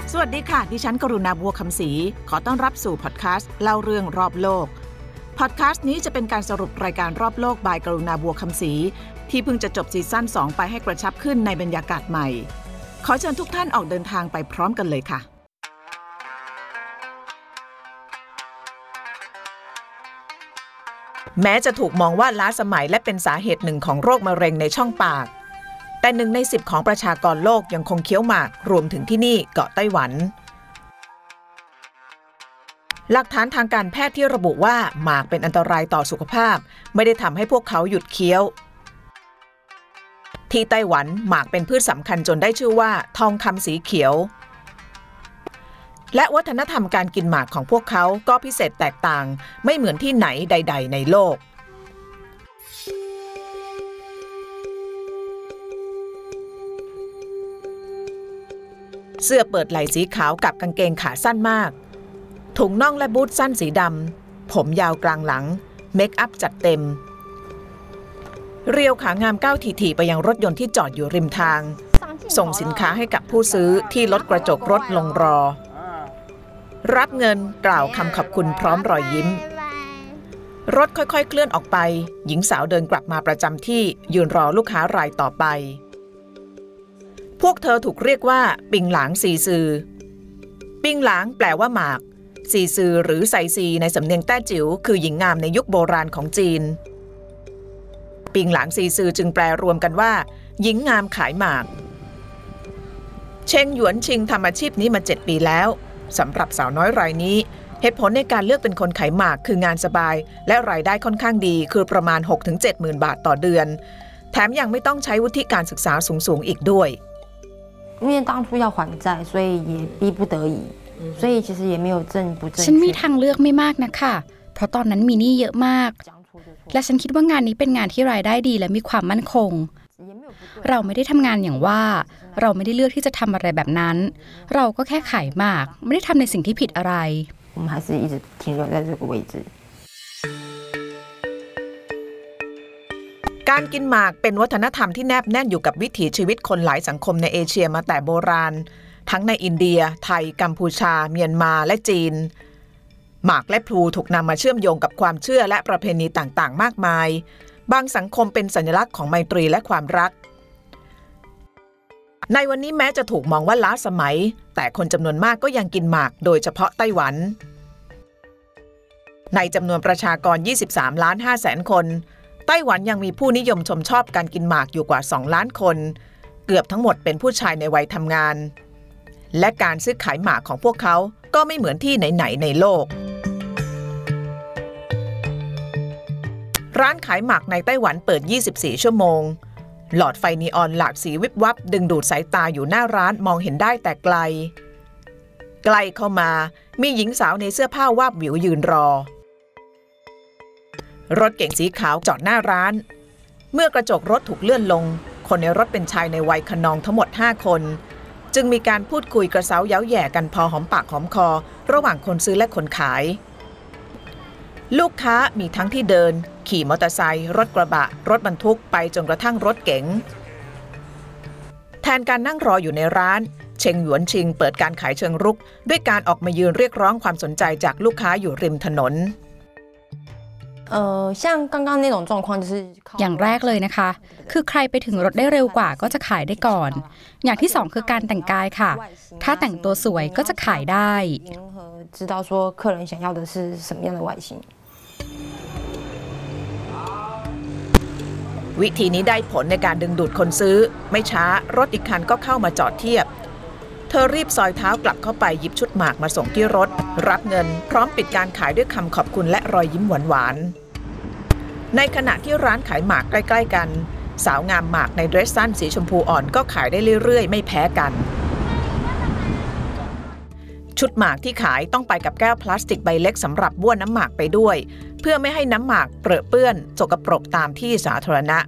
สวัสดีค่ะดิฉันกรุณาบัวคำศรีขอต้อนรับสู่พอดแคสต์เล่าเรื่องรอบโลกพอดแคสต์นี้จะเป็นการสรุปรายการรอบโลกบายกรุณาบัวคำศรีที่เพิ่งจะจบซีซั่น2ไปให้กระชับขึ้นในบรรยากาศใหม่ขอเชิญทุกท่านออกเดินทางไปพร้อมกันเลยค่ะแม้จะถูกมองว่าล้าสมัยและเป็นสาเหตุหนึ่งของโรคมะเร็งในช่องปากแต่1 ใน 10ของประชากรโลกยังคงเคี้ยวหมากรวมถึงที่นี่เกาะไต้หวันหลักฐานทางการแพทย์ที่ระบุว่าหมากเป็นอันตรายต่อสุขภาพไม่ได้ทำให้พวกเขาหยุดเคี้ยวที่ไต้หวันหมากเป็นพืชสำคัญจนได้ชื่อว่าทองคำสีเขียวและวัฒนธรรมการกินหมากของพวกเขาก็พิเศษแตกต่างไม่เหมือนที่ไหนใดๆในโลกเสื้อเปิดไหล่สีขาวกับกางเกงขาสั้นมากถุงน่องและบูทสั้นสีดำผมยาวกลางหลังเมคอัพจัดเต็มเรียวขางามก้าวถี่ๆไปยังรถยนต์ที่จอดอยู่ริมทางส่งสินค้าให้กับผู้ซื้อที่รถกระจกรถลงรอรับเงินกล่าวคำขอบคุณพร้อมรอยยิ้มรถค่อยๆเคลื่อนออกไปหญิงสาวเดินกลับมาประจำที่ยืนรอลูกค้ารายต่อไปพวกเธอถูกเรียกว่าปิงหลางซีซือปิงหลางแปลว่าหมากซีซือหรือไซซีในสำเนียงแต้จิ๋วคือหญิงงามในยุคโบราณของจีนปิงหลางซีซือจึงแปลรวมกันว่าหญิงงามขายหมากเชงหยวนชิงทำอาชีพนี้มา7 ปีแล้วสำหรับสาวน้อยรายนี้เหตุผลในการเลือกเป็นคนขายหมากคืองานสบายและรายได้ค่อนข้างดีคือประมาณ 6-7 หมื่นบาทต่อเดือนแถมยังไม่ต้องใช้วุฒิการศึกษาสูงๆอีกด้วย因为当初要还债，所以也逼不得已，所以其实也没有正不正确。 ฉันมีทางเลือกไม่มากนะคะเพราะตอนนั้นมีหนี้เยอะมากและฉันคิดว่างานนี้เป็นงานที่รายได้ดีและมีความมั่นคงเราไม่ได้ทำงานอย่างว่าเราไม่ได้เลือกที่จะทำอะไรแบบนั้นเราก็แค่ขายหมากไม่ได้ทำในสิ่งที่ผิดอะไร我们还是一直停留在这个位置การกินหมากเป็นวัฒนธรรมที่แนบแน่นอยู่กับวิถีชีวิตคนหลายสังคมในเอเชียมาแต่โบราณทั้งในอินเดียไทยกัมพูชาเมียนมาและจีนหมากและพลูถูกนำมาเชื่อมโยงกับความเชื่อและประเพณีต่างๆมากมายบางสังคมเป็นสัญลักษณ์ของไมตรีและความรักในวันนี้แม้จะถูกมองว่าล้าสมัยแต่คนจำนวนมากก็ยังกินหมากโดยเฉพาะไต้หวันในจำนวนประชากร 23.5 คนไต้หวันยังมีผู้นิยมชมชอบการกินหมากอยู่กว่า 2 ล้านคนเกือบทั้งหมดเป็นผู้ชายในวัยทำงานและการซื้อขายหมากของพวกเขาก็ไม่เหมือนที่ไหนๆในโลกร้านขายหมากในไต้หวันเปิด 24 ชั่วโมงหลอดไฟนีออนหลากสีวิบวับดึงดูดสายตาอยู่หน้าร้านมองเห็นได้แต่ไกลใกล้เข้ามามีหญิงสาวในเสื้อผ้าวาบหวิวยืนรอรถเก๋งสีขาวจอดหน้าร้านเมื่อกระจกรถถูกเลื่อนลงคนในรถเป็นชายในวัยคะนองทั้งหมด5 คนจึงมีการพูดคุยกระเซ้าเย้าแหย่กันพอหอมปากหอมคอระหว่างคนซื้อและคนขายลูกค้ามีทั้งที่เดินขี่มอเตอร์ไซค์รถกระบะรถบรรทุกไปจนกระทั่งรถเก๋งแทนการนั่งรออยู่ในร้านเชงหยวนชิงเปิดการขายเชิงรุกด้วยการออกมายืนเรียกร้องความสนใจจากลูกค้าอยู่ริมถนนอย่างแรกเลยนะคะคือใครไปถึงรถได้เร็วกว่าก็จะขายได้ก่อนอย่างที่2คือการแต่งกายค่ะถ้าแต่งตัวสวยก็จะขายได้วิธีนี้ได้ผลในการดึงดูดคนซื้อไม่ช้ารถอีกคันก็เข้ามาจอดเทียบเธอรีบซอยเท้ากลับเข้าไปหยิบชุดหมากมาส่งที่รถรับเงินพร้อมปิดการขายด้วยคำขอบคุณและรอยยิ้มหวานๆในขณะที่ร้านขายหมากใกล้ๆกันสาวงามหมากในเดรสสั้นสีชมพูอ่อนก็ขายได้เรื่อยๆไม่แพ้กันชุดหมากที่ขายต้องไปกับแก้วพลาสติกใบเล็กสำหรับบ้วนน้ำหมากไปด้วยเพื่อไม่ให้น้ำหมากเปรอะเปื้อนสกปรกตามที่สาธารณะ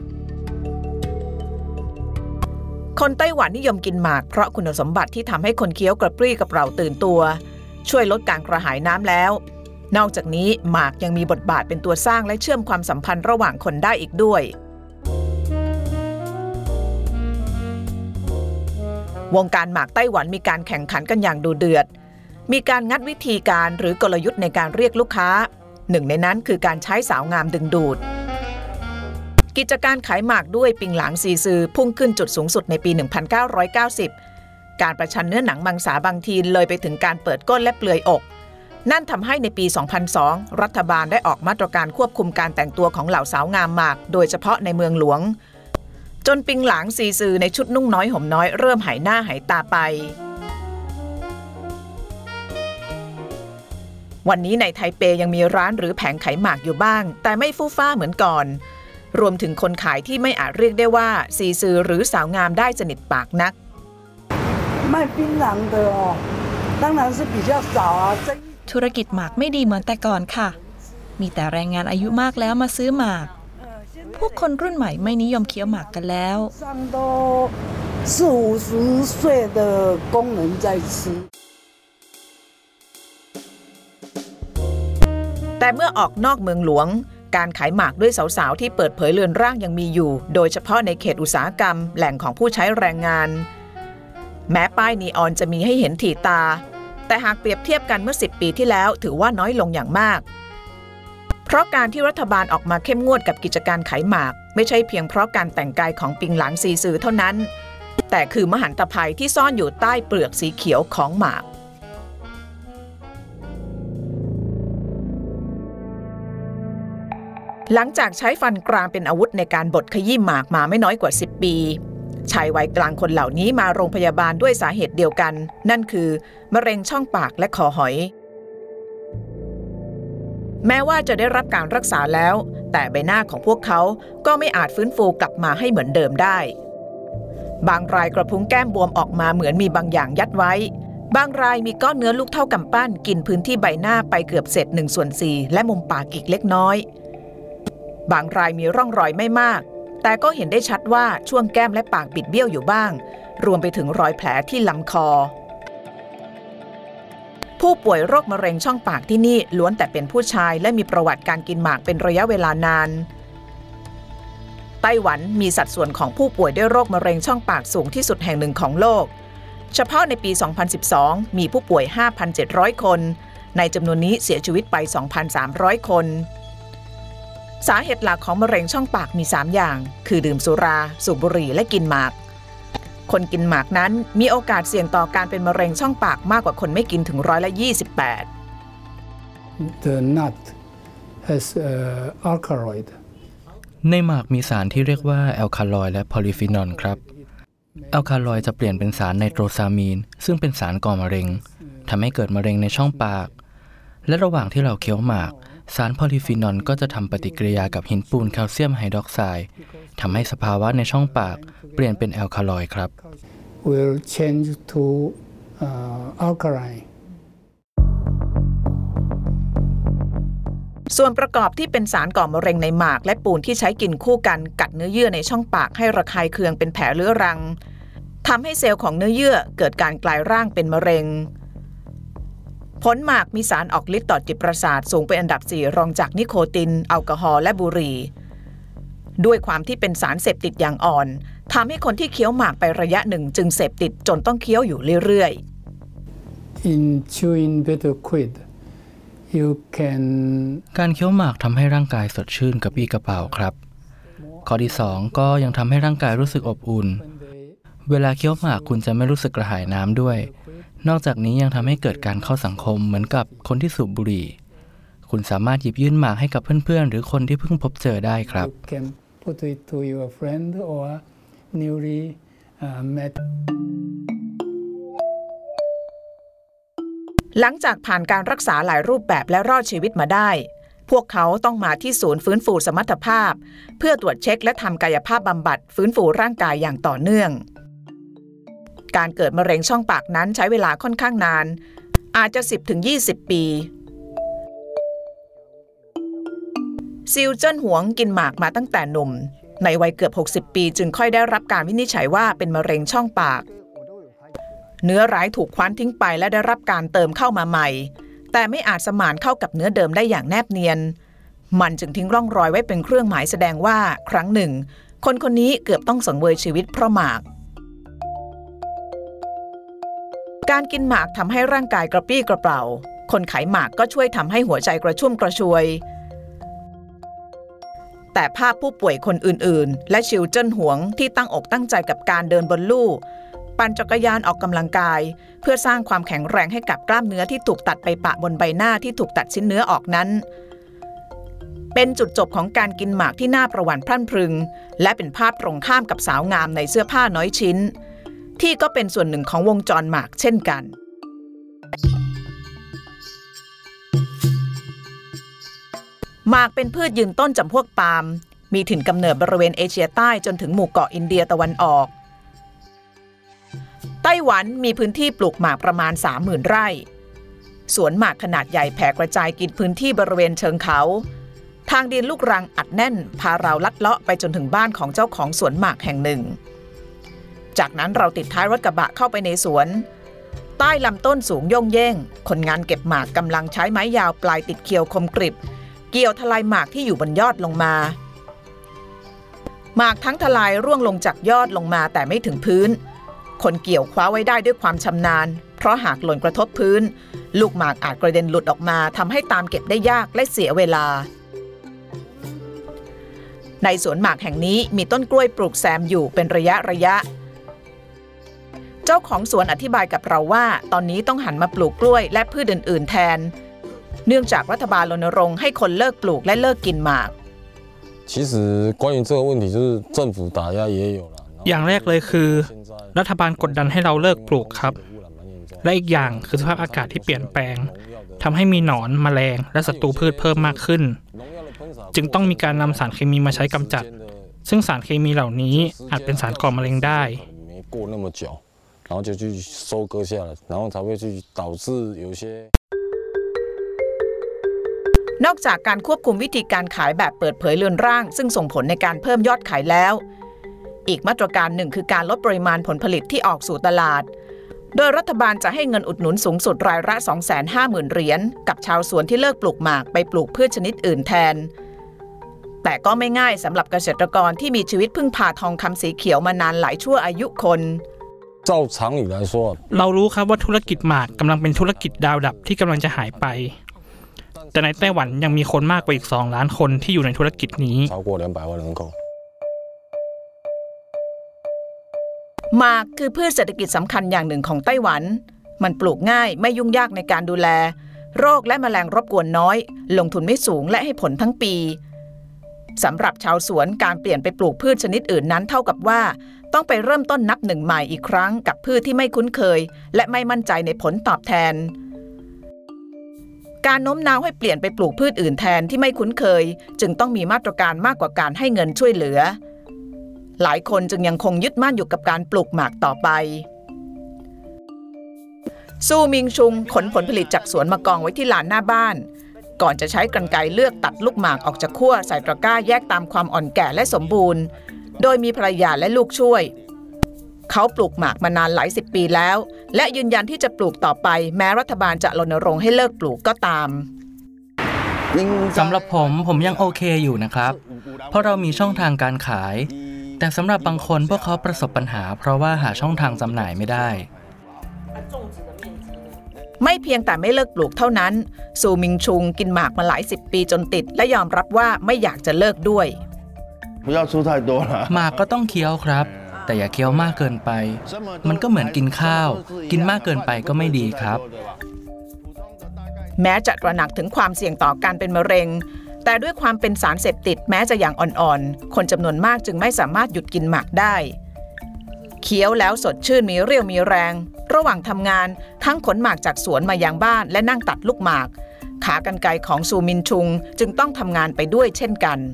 คนไต้หวันนิยมกินหมากเพราะคุณสมบัติที่ทำให้คนเคี้ยวกระปรี้กระเปร่าตื่นตัวช่วยลดการกระหายน้ำแล้วนอกจากนี้หมากยังมีบทบาทเป็นตัวสร้างและเชื่อมความสัมพันธ์ระหว่างคนได้อีกด้วยวงการหมากไต้หวันมีการแข่งขันกันอย่างดุเดือดมีการงัดวิธีการหรือกลยุทธ์ในการเรียกลูกค้าหนึ่งในนั้นคือการใช้สาวงามดึงดูดกิจการขายหมากด้วยปิงหลางซีซือพุ่งขึ้นจุดสูงสุดในปี 1990 การประชันเนื้อหนังมังสาบางทีเลยไปถึงการเปิดก้นและเปลือยอกนั่นทำให้ในปี 2002 รัฐบาลได้ออกมาตรการควบคุมการแต่งตัวของเหล่าสาวงามหมากโดยเฉพาะในเมืองหลวงจนปิงหลางซีซือในชุดนุ่งน้อยห่มน้อยเริ่มหายหน้าหายตาไปวันนี้ในไทเปยังมีร้านหรือแผงขายหมากอยู่บ้างแต่ไม่ฟู่ฟ้าเหมือนก่อนรวมถึงคนขายที่ไม่อาจเรียกได้ว่าซีซือหรือสาวงามได้สนิทปากนัก卖槟榔的哦当然是比较少啊ธุรกิจหมากไม่ดีเหมือนแต่ก่อนค่ะมีแต่แรงงานอายุมากแล้วมาซื้อหมากพวกคนรุ่นใหม่ไม่นิยมเคี้ยวหมากกันแล้ว都40-50岁的工人在吃แต่เมื่อออกนอกเมืองหลวงการขายหมากด้วยสาวๆที่เปิดเผยเรือนร่างยังมีอยู่โดยเฉพาะในเขตอุตสาหกรรมแหล่งของผู้ใช้แรงงานแม้ป้ายนีออนจะมีให้เห็นถี่ตาแต่หากเปรียบเทียบกันเมื่อ10 ปีที่แล้วถือว่าน้อยลงอย่างมากเพราะการที่รัฐบาลออกมาเข้มงวดกับกิจการขายหมากไม่ใช่เพียงเพราะการแต่งกายของปิงหลางซีซือเท่านั้นแต่คือมหันตภัยที่ซ่อนอยู่ใต้เปลือกสีเขียวของหมากหลังจากใช้ฟันกรามเป็นอาวุธในการบดขยี้หมากมาไม่น้อยกว่า10 ปีชายวัยกลางคนเหล่านี้มาโรงพยาบาลด้วยสาเหตุเดียวกันนั่นคือมะเร็งช่องปากและคอหอยแม้ว่าจะได้รับการรักษาแล้วแต่ใบหน้าของพวกเขาก็ไม่อาจฟื้นฟูกลับมาให้เหมือนเดิมได้บางรายกระพุ้งแก้มบวมออกมาเหมือนมีบางอย่างยัดไว้บางรายมีก้อนเนื้อลูกเท่ากำปั้นกินพื้นที่ใบหน้าไปเกือบเศษ1/4และมุมปากอีกเล็กน้อยบางรายมีร่องรอยไม่มากแต่ก็เห็นได้ชัดว่าช่วงแก้มและปากบิดเบี้ยวอยู่บ้างรวมไปถึงรอยแผลที่ลำคอผู้ป่วยโรคมะเร็งช่องปากที่นี่ล้วนแต่เป็นผู้ชายและมีประวัติการกินหมากเป็นระยะเวลานานไต้หวันมีสัดส่วนของผู้ป่วยด้วยโรคมะเร็งช่องปากสูงที่สุดแห่งหนึ่งของโลกเฉพาะในปี 2012 มีผู้ป่วย 5,700 คนในจำนวนนี้เสียชีวิตไป 2,300 คนสาเหตุหลักของมะเร็งช่องปากมี3อย่างคือดื่มสุราสูบบุหรี่และกินหมากคนกินหมากนั้นมีโอกาสเสี่ยงต่อการเป็นมะเร็งช่องปากมากกว่าคนไม่กินถึง28% The nut has alkaloid ในหมากมีสารที่เรียกว่าแอลคาลอยด์และโพลีฟีนอลครับแอลคาลอยด์จะเปลี่ยนเป็นสารไนโตรซามีนซึ่งเป็นสารก่อมะเร็งทำให้เกิดมะเร็งในช่องปากและระหว่างที่เราเคี้ยวหมากสารโพลีฟีนอลก็จะทำปฏิกิริยากับหินปูนแคลเซียมไฮดรอกไซด์ทำให้สภาวะในช่องปากเปลี่ยนเป็นแอลคาลอยด์ครับ will change to alkaline ส่วนประกอบที่เป็นสารก่อมะเร็งในหมากและปูนที่ใช้กินคู่กันกัดเนื้อเยื่อในช่องปากให้ระคายเคืองเป็นแผลเรื้อรังทำให้เซลล์ของเนื้อเยื่อเกิดการกลายร่างเป็นมะเร็งผลหมากมีสารออกฤทธิ์ต่อจิตประสาทสูงเป็นอันดับ4รองจากนิโคตินแอลกอฮอล์และบุหรี่ด้วยความที่เป็นสารเสพติดอย่างอ่อนทำให้คนที่เคี้ยวหมากไประยะหนึ่งจึงเสพติดจนต้องเคี้ยวอยู่เรื่อยๆ In chewing bitterweed you can การเคี้ยวหมากทำให้ร่างกายสดชื่นกระปรี้กระเปร่าครับข้อที่2ก็ยังทำให้ร่างกายรู้สึกอบอุ่นเวลาเคี้ยวหมากคุณจะไม่รู้สึกกระหายน้ำด้วยนอกจากนี้ยังทำให้เกิดการเข้าสังคมเหมือนกับคนที่สูบบุหรี่คุณสามารถหยิบยื่นหมากให้กับเพื่อนๆหรือคนที่เพิ่งพบเจอได้ครับ You can put it to your friend or newly met หลังจากผ่านการรักษาหลายรูปแบบและรอดชีวิตมาได้พวกเขาต้องมาที่ศูนย์ฟื้นฟูสมรรถภาพเพื่อตรวจเช็คและทำกายภาพบำบัดฟื้นฟูร่างกายอย่างต่อเนื่องการเกิดมะเร็งช่องปากนั้นใช้เวลาค่อนข้างนานอาจจะ 10-20 ปีซิลเจิ้นหวงกินหมากมาตั้งแต่หนุ่มในวัยเกือบ60 ปีจึงค่อยได้รับการวินิจฉัยว่าเป็นมะเร็งช่องปากเนื้อร้ายถูกคว้านทิ้งไปและได้รับการเติมเข้ามาใหม่แต่ไม่อาจสมานเข้ากับเนื้อเดิมได้อย่างแนบเนียนมันจึงทิ้งร่องรอยไว้เป็นเครื่องหมายแสดงว่าครั้งหนึ่งคนคนนี้เกือบต้องสังเวยชีวิตเพราะหมากการกินหมากทำให้ร่างกายกระปรี้กระเปร่าคนขายหมากก็ช่วยทำให้หัวใจกระชุ่มกระชวยแต่ภาพผู้ป่วยคนอื่นๆและชิวเจิ้นหวงที่ตั้งอกตั้งใจกับการเดินบนลู่ปั่นจักรยานออกกำลังกายเพื่อสร้างความแข็งแรงให้กับกล้ามเนื้อที่ถูกตัดไปปะบนใบหน้าที่ถูกตัดชิ้นเนื้อออกนั้นเป็นจุดจบของการกินหมากที่น่าประหวั่นพรั่นพรึงและเป็นภาพตรงข้ามกับสาวงามในเสื้อผ้าน้อยชิ้นที่ก็เป็นส่วนหนึ่งของวงจรหมากเช่นกันหมากเป็นพืชยืนต้นจำพวกปาล์มมีถิ่นกำเนิดบริเวณเอเชียใต้จนถึงหมู่เกาะอินเดียตะวันออกไต้หวันมีพื้นที่ปลูกหมากประมาณ 30,000 ไร่สวนหมากขนาดใหญ่แผ่กระจายกินพื้นที่บริเวณเชิงเขาทางดินลูกรังอัดแน่นพาเราลัดเลาะไปจนถึงบ้านของเจ้าของสวนหมากแห่งหนึ่งจากนั้นเราติดท้ายรถกระบะเข้าไปในสวนใต้ลำต้นสูงโย่งเย่งคนงานเก็บหมากกำลังใช้ไม้ยาวปลายติดเขียวคมกริบเกี่ยวทลายหมากที่อยู่บนยอดลงมาหมากทั้งทลายร่วงลงจากยอดลงมาแต่ไม่ถึงพื้นคนเกี่ยวคว้าไว้ได้ด้วยความชำนาญเพราะหากหล่นกระทบพื้นลูกหมากอาจกระเด็นหลุดออกมาทำให้ตามเก็บได้ยากและเสียเวลาในสวนหมากแห่งนี้มีต้นกล้วยปลูกแซมอยู่เป็นระยะเจ้าของสวนอธิบายกับเราว่าตอนนี้ต้องหันมาปลูกกล้วยและพืชอื่นๆแทนเนื่องจากรัฐบาลรณรงค์ให้คนเลิกปลูกและเลิกกินหมาก其实关于这个问题就是政府打压也有了อย่างแรกเลยคือรัฐบาลกดดันให้เราเลิกปลูกครับและอีกอย่างคือสภาพอากาศที่เปลี่ยนแปลงทำให้มีหนอนแมลงและศัตรูพืชเพิ่มมากขึ้นจึงต้องมีการนำสารเคมีมาใช้กำจัดซึ่งสารเคมีเหล่านี้อาจเป็นสารก่อมะเร็งได้然后就去收割下来然后才会去导致有些นอกจากการควบคุมวิธีการขายแบบเปิดเผยเรือนร่างซึ่งส่งผลในการเพิ่มยอดขายแล้วอีกมาตรการหนึ่งคือการลดปริมาณผลผลิตที่ออกสู่ตลาดโดยรัฐบาลจะให้เงินอุดหนุนสูงสุดรายละ 250,000 เหรียญกับชาวสวนที่เลิกปลูกหมากไปปลูกพืชชนิดอื่นแทนแต่ก็ไม่ง่ายสำหรับเกษตรกรที่มีชีวิตพึ่งพาทองคำสีเขียวมานานหลายชั่วอายุคนเรารู้ครับว่าธุรกิจหมากกำลังเป็นธุรกิจดาวดับที่กำลังจะหายไปแต่ในไต้หวันยังมีคนมากกว่าอีก2 ล้านคนที่อยู่ในธุรกิจนี้หมากคือพืชเศรษฐกิจสำคัญอย่างหนึ่งของไต้หวันมันปลูกง่ายไม่ยุ่งยากในการดูแลโรคและแมลงรบกวนน้อยลงทุนไม่สูงและให้ผลทั้งปีสำหรับชาวสวนการเปลี่ยนไปปลูกพืชชนิดอื่นนั้นเท่ากับว่าต้องไปเริ่มต้นนับหนึ่งใหม่อีกครั้งกับพืชที่ไม่คุ้นเคยและไม่มั่นใจในผลตอบแทนการโน้มน้าวให้เปลี่ยนไปปลูกพืชอื่นแทนที่ไม่คุ้นเคยจึงต้องมีมาตรการมากกว่าการให้เงินช่วยเหลือหลายคนจึงยังคงยึดมั่นอยู่กับการปลูกหมากต่อไปซูมิงชุงขนผลผลิตจากสวนมากองไว้ที่ลานหน้าบ้านก่อนจะใช้กรรไกรเลือกตัดลูกหมากออกจากขั้วใส่ตะกร้าแยกตามความอ่อนแก่และสมบูรณ์โดยมีภรรยาและลูกช่วยเขาปลูกหมากมานานหลาย10 ปีแล้วและยืนยันที่จะปลูกต่อไปแม้รัฐบาลจะรณรงค์ให้เลิกปลูกก็ตามสำหรับผมยังโอเคอยู่นะครับเพราะเรามีช่องทางการขายแต่สำหรับบางคนพวกเขาประสบปัญหาเพราะว่าหาช่องทางจำหน่ายไม่ได้ไม่เพียงแต่ไม่เลิกปลูกเท่านั้นซูมิงชุงกินหมากมาหลาย10 ปีจนติดและยอมรับว่าไม่อยากจะเลิกด้วยหมากก็ต้องเคี้ยวครับแต่อย่าเคี้ยวมากเกินไปมันก็เหมือนกินข้าวกินมากเกินไปก็ไม่ดีครับแม้จะตระหนักถึงความเสี่ยงต่อการเป็นมะเร็งแต่ด้วยความเป็นสารเสพติดแม้จะอย่างอ่อนๆคนจำนวนมากจึงไม่สามารถหยุดกินหมากได้เคี้ยวแล้วสดชื่นมีเรี่ยวมีแรงระหว่างทำงานทั้งขนหมากจากสวนมายังบ้านและนั่งตัดลูกหมากขากรรไกรของซูมินชุงจึงต้องทำงานไปด้วยเช่นกัน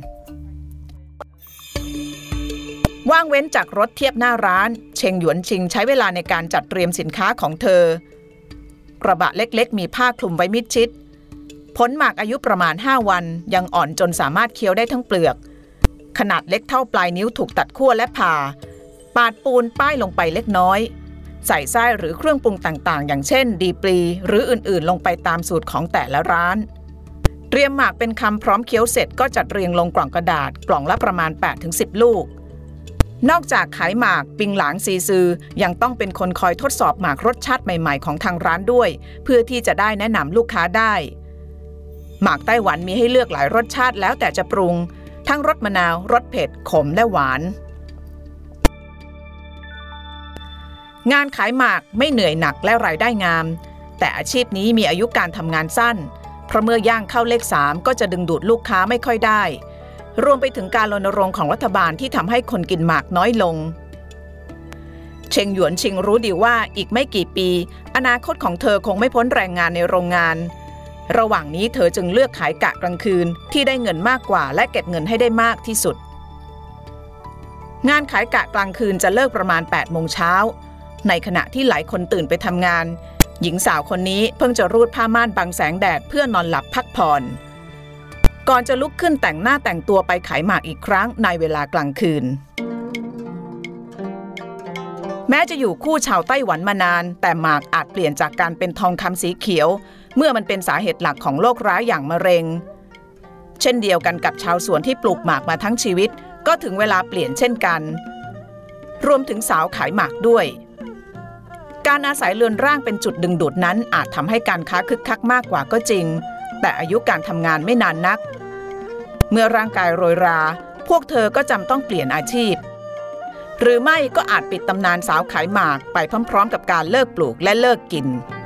ว่างเว้นจากรถเทียบหน้าร้านเชงหยวนชิงใช้เวลาในการจัดเตรียมสินค้าของเธอกระบะเล็กๆมีผ้าคลุมไว้มิดชิดผลหมากอายุประมาณ5 วันยังอ่อนจนสามารถเคี้ยวได้ทั้งเปลือกขนาดเล็กเท่าปลายนิ้วถูกตัดขั้วและผ่าปาดปูนป้ายลงไปเล็กน้อยใส่ไส้หรือเครื่องปรุงต่างๆอย่างเช่นดีปรีหรืออื่นๆลงไปตามสูตรของแต่ละร้านเตรียมหมากเป็นคำพร้อมเคี้ยวเสร็จก็จัดเรียงลงกล่องกระดาษกล่องละประมาณ 8-10 ลูกนอกจากขายหมากปิงหลางซีซือยังต้องเป็นคนคอยทดสอบหมากรสชาติใหม่ๆของทางร้านด้วยเพื่อที่จะได้แนะนำลูกค้าได้หมากไต้หวันมีให้เลือกหลายรสชาติแล้วแต่จะปรุงทั้งรสมะนาวรสเผ็ดขมและหวานงานขายหมากไม่เหนื่อยหนักและรายได้งามแต่อาชีพนี้มีอายุการทำงานสั้นเพราะเมื่อย่างเข้าเลข3ก็จะดึงดูดลูกค้าไม่ค่อยได้รวมไปถึงการรณรงค์ของรัฐบาลที่ทำให้คนกินหมากน้อยลงเชงหยวนชิงรู้ดีว่าอีกไม่กี่ปีอนาคตของเธอคงไม่พ้นแรงงานในโรงงานระหว่างนี้เธอจึงเลือกขายกะกลางคืนที่ได้เงินมากกว่าและเก็บเงินให้ได้มากที่สุดงานขายกะกลางคืนจะเลิกประมาณ 8 โมงเช้าในขณะที่หลายคนตื่นไปทำงานหญิงสาวคนนี้เพิ่งจะรูดผ้าม่านบังแสงแดดเพื่อนอนหลับพักผ่อนก่อนจะลุกขึ้นแต่งหน้าแต่งตัวไปขายหมากอีกครั้งในเวลากลางคืนแม้จะอยู่คู่ชาวไต้หวันมานานแต่หมากอาจเปลี่ยนจากการเป็นทองคำสีเขียวเมื่อมันเป็นสาเหตุหลักของโรคร้ายอย่างมะเร็งเช่นเดียวกันกับชาวสวนที่ปลูกหมากมาทั้งชีวิตก็ถึงเวลาเปลี่ยนเช่นกันรวมถึงสาวขายหมากด้วยการอาศัยเรือนร่างเป็นจุดดึงดูดนั้นอาจทำให้การค้าคึกคักมากกว่าก็จริงแต่อายุการทำงานไม่นานนักเมื่อร่างกายโรยราพวกเธอก็จำต้องเปลี่ยนอาชีพหรือไม่ก็อาจปิดตำนานสาวขายหมากไปพร้อมๆกับการเลิกปลูกและเลิกกิน